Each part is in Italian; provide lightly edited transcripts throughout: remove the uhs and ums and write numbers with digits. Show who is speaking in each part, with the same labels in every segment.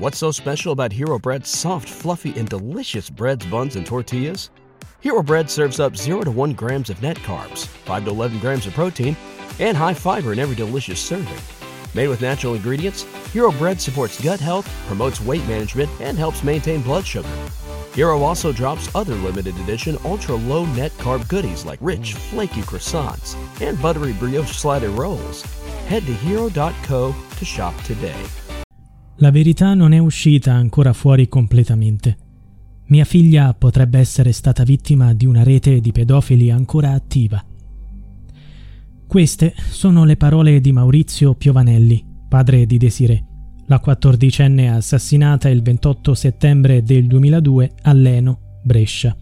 Speaker 1: What's so special about Hero Bread's soft, fluffy, and delicious breads, buns, and tortillas? Hero Bread serves up 0 to 1 grams of net carbs, 5 to 11 grams of protein, and high fiber in every delicious serving. Made with natural ingredients, Hero Bread supports gut health, promotes weight management, and helps maintain blood sugar. Hero also drops other limited edition ultra-low net carb goodies like rich, flaky croissants and buttery brioche slider rolls. Head to hero.co to shop today.
Speaker 2: La verità non è uscita ancora fuori completamente. Mia figlia potrebbe essere stata vittima di una rete di pedofili ancora attiva. Queste sono le parole di Maurizio Piovanelli, padre di Desirée, la 14enne assassinata il 28 settembre del 2002 a Leno, Brescia.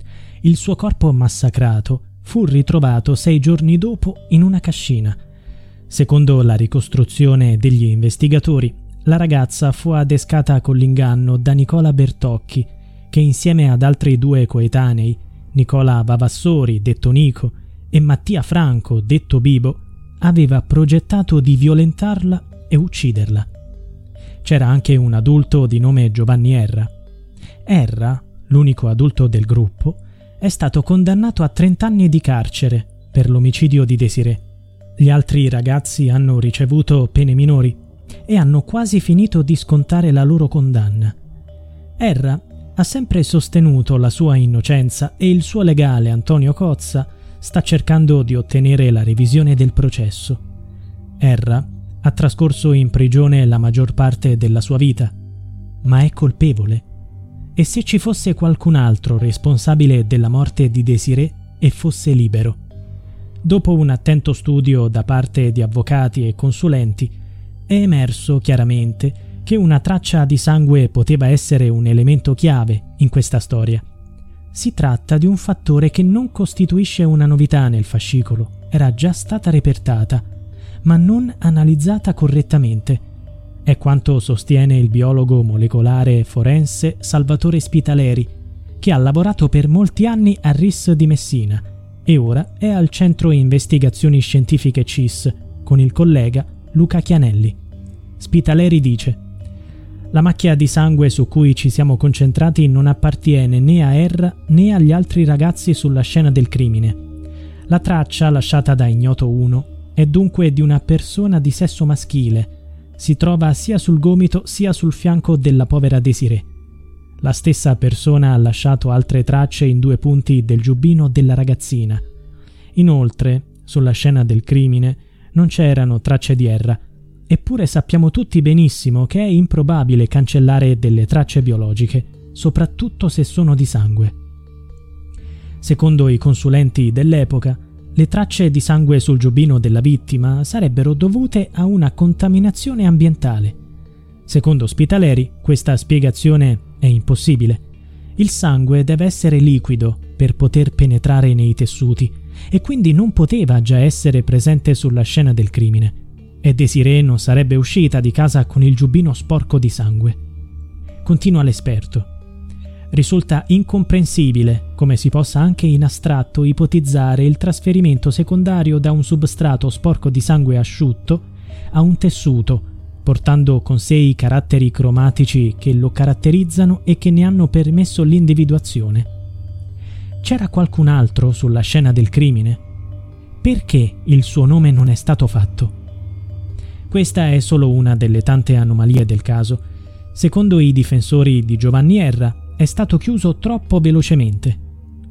Speaker 2: Il suo corpo massacrato fu ritrovato 6 giorni dopo in una cascina. Secondo la ricostruzione degli investigatori, la ragazza fu adescata con l'inganno da Nicola Bertocchi, che insieme ad altri 2 coetanei, Nicola Vavassori, detto Nico, e Mattia Franco, detto Bibo, aveva progettato di violentarla e ucciderla. C'era anche un adulto di nome Giovanni Erra. Erra, l'unico adulto del gruppo, è stato condannato a 30 anni di carcere per l'omicidio di Desirée. Gli altri ragazzi hanno ricevuto pene minori e hanno quasi finito di scontare la loro condanna. Erra ha sempre sostenuto la sua innocenza e il suo legale Antonio Cozza sta cercando di ottenere la revisione del processo. Erra ha trascorso in prigione la maggior parte della sua vita, ma è colpevole. E se ci fosse qualcun altro responsabile della morte di Desirée e fosse libero? Dopo un attento studio da parte di avvocati e consulenti, è emerso chiaramente che una traccia di sangue poteva essere un elemento chiave in questa storia. Si tratta di un fattore che non costituisce una novità nel fascicolo, era già stata repertata, ma non analizzata correttamente. È quanto sostiene il biologo molecolare forense Salvatore Spitaleri, che ha lavorato per molti anni a RIS di Messina e ora è al Centro Investigazioni Scientifiche CIS con il collega Luca Chianelli. Spitaleri dice: la macchia di sangue su cui ci siamo concentrati non appartiene né a Erra né agli altri ragazzi sulla scena del crimine. La traccia lasciata da Ignoto 1 è dunque di una persona di sesso maschile. Si trova sia sul gomito sia sul fianco della povera Desirée. La stessa persona ha lasciato altre tracce in 2 punti del giubbino della ragazzina. Inoltre, sulla scena del crimine non c'erano tracce di Erra. Eppure sappiamo tutti benissimo che è improbabile cancellare delle tracce biologiche, soprattutto se sono di sangue. Secondo i consulenti dell'epoca, le tracce di sangue sul giubbino della vittima sarebbero dovute a una contaminazione ambientale. Secondo Spitaleri, questa spiegazione è impossibile. Il sangue deve essere liquido per poter penetrare nei tessuti e quindi non poteva già essere presente sulla scena del crimine. E Desirée non sarebbe uscita di casa con il giubbino sporco di sangue. Continua l'esperto. Risulta incomprensibile come si possa anche in astratto ipotizzare il trasferimento secondario da un substrato sporco di sangue asciutto a un tessuto, portando con sé i caratteri cromatici che lo caratterizzano e che ne hanno permesso l'individuazione. C'era qualcun altro sulla scena del crimine? Perché il suo nome non è stato fatto? Questa è solo una delle tante anomalie del caso. Secondo i difensori di Giovanni Erra, è stato chiuso troppo velocemente.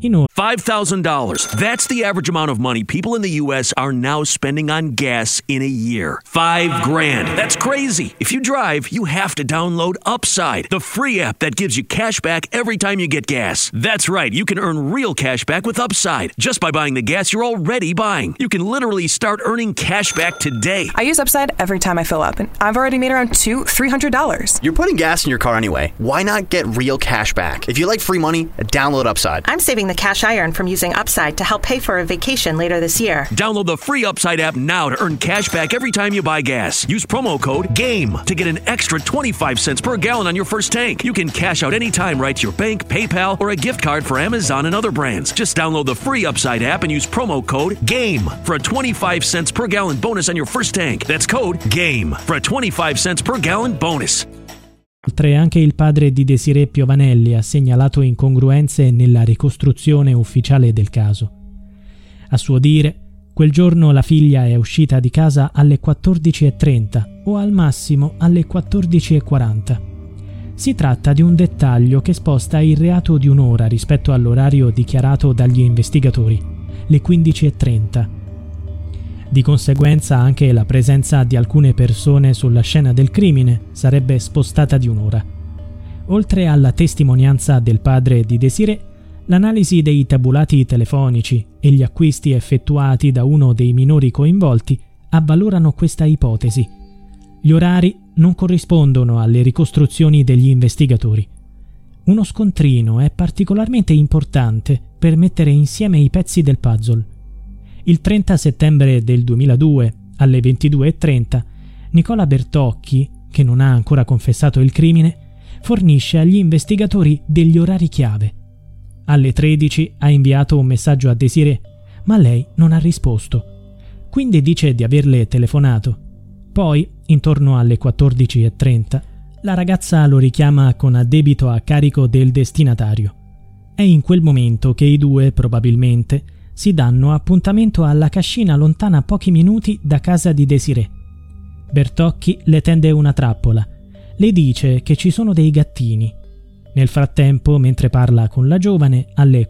Speaker 3: $5,000. That's the average amount of money people in the U.S. are now spending on gas in a year. $5,000. That's crazy. If you drive, you have to download Upside, the free app that gives you cash back every time you get gas. That's right. You can earn real cash back with Upside just by buying the gas you're already buying. You can literally start earning cash back today.
Speaker 4: I use Upside every time I fill up, and I've already made around $300.
Speaker 5: You're putting gas in your car anyway. Why not get real cash back? If you like free money, download Upside.
Speaker 4: I'm saving the cash I earn from using Upside to help pay for a vacation later this year.
Speaker 3: Download the free Upside app now to earn cash back every time you buy gas. Use promo code GAME to get an extra 25 cents per gallon on your first tank. You can cash out anytime right to your bank, PayPal, or a gift card for Amazon and other brands. Just download the free Upside app and use promo code GAME for a 25 cents per gallon bonus on your first tank. That's code GAME for a 25 cents per gallon bonus.
Speaker 2: Inoltre anche il padre di Desirée Piovanelli ha segnalato incongruenze nella ricostruzione ufficiale del caso. A suo dire, quel giorno la figlia è uscita di casa alle 14:30 o al massimo alle 14:40. Si tratta di un dettaglio che sposta il reato di un'ora rispetto all'orario dichiarato dagli investigatori, le 15:30. Di conseguenza anche la presenza di alcune persone sulla scena del crimine sarebbe spostata di un'ora. Oltre alla testimonianza del padre di Desirée, l'analisi dei tabulati telefonici e gli acquisti effettuati da uno dei minori coinvolti avvalorano questa ipotesi. Gli orari non corrispondono alle ricostruzioni degli investigatori. Uno scontrino è particolarmente importante per mettere insieme i pezzi del puzzle. Il 30 settembre del 2002, alle 22:30, Nicola Bertocchi, che non ha ancora confessato il crimine, fornisce agli investigatori degli orari chiave. Alle 13 ha inviato un messaggio a Desirée, ma lei non ha risposto. Quindi dice di averle telefonato. Poi, intorno alle 14:30, la ragazza lo richiama con addebito a carico del destinatario. È in quel momento che i due, probabilmente, si danno appuntamento alla cascina lontana pochi minuti da casa di Desirée. Bertocchi le tende una trappola. Le dice che ci sono dei gattini. Nel frattempo, mentre parla con la giovane, alle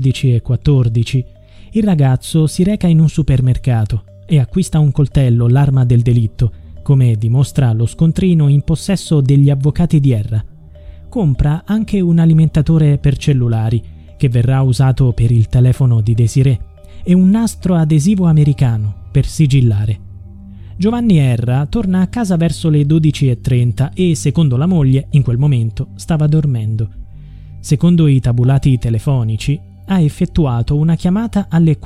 Speaker 2: 14:14, il ragazzo si reca in un supermercato e acquista un coltello, l'arma del delitto, come dimostra lo scontrino in possesso degli avvocati di Erra. Compra anche un alimentatore per cellulari, che verrà usato per il telefono di Desirée, e un nastro adesivo americano per sigillare. Giovanni Erra torna a casa verso le 12:30 e, secondo la moglie, in quel momento stava dormendo. Secondo i tabulati telefonici, ha effettuato una chiamata alle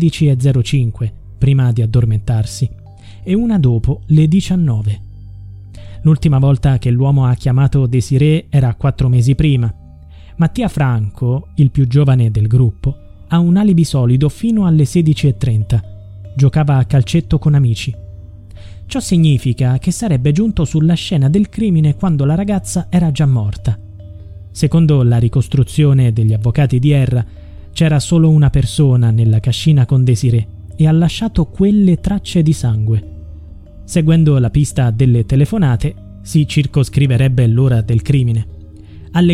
Speaker 2: 14:05, prima di addormentarsi, e una dopo le 19. L'ultima volta che l'uomo ha chiamato Desirée era 4 mesi prima. Mattia Franco, il più giovane del gruppo, ha un alibi solido fino alle 16:30. Giocava a calcetto con amici. Ciò significa che sarebbe giunto sulla scena del crimine quando la ragazza era già morta. Secondo la ricostruzione degli avvocati di Erra, c'era solo una persona nella cascina con Desirée e ha lasciato quelle tracce di sangue. Seguendo la pista delle telefonate, si circoscriverebbe l'ora del crimine. Alle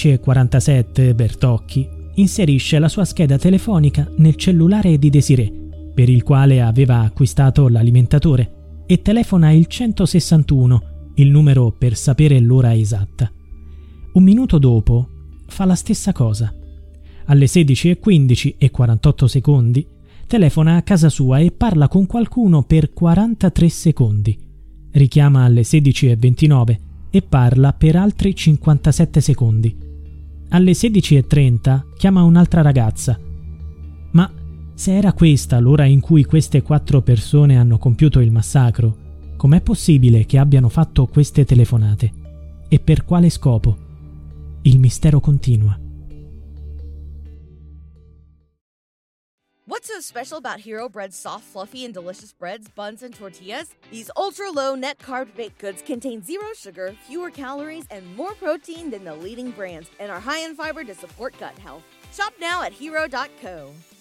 Speaker 2: 15:47 Bertocchi inserisce la sua scheda telefonica nel cellulare di Desirée, per il quale aveva acquistato l'alimentatore, e telefona il 161, il numero per sapere l'ora esatta. Un minuto dopo fa la stessa cosa. Alle 16:15 e 48 secondi telefona a casa sua e parla con qualcuno per 43 secondi. Richiama alle 16:29 e parla per altri 57 secondi. Alle 16:30 chiama un'altra ragazza. Ma se era questa l'ora in cui queste 4 persone hanno compiuto il massacro, com'è possibile che abbiano fatto queste telefonate? E per quale scopo? Il mistero continua.
Speaker 6: What's so special about Hero Bread's soft, fluffy, and delicious breads, buns, and tortillas? These ultra-low net-carb baked goods contain zero sugar, fewer calories, and more protein than the leading brands, and are high in fiber to support gut health. Shop now at Hero.co.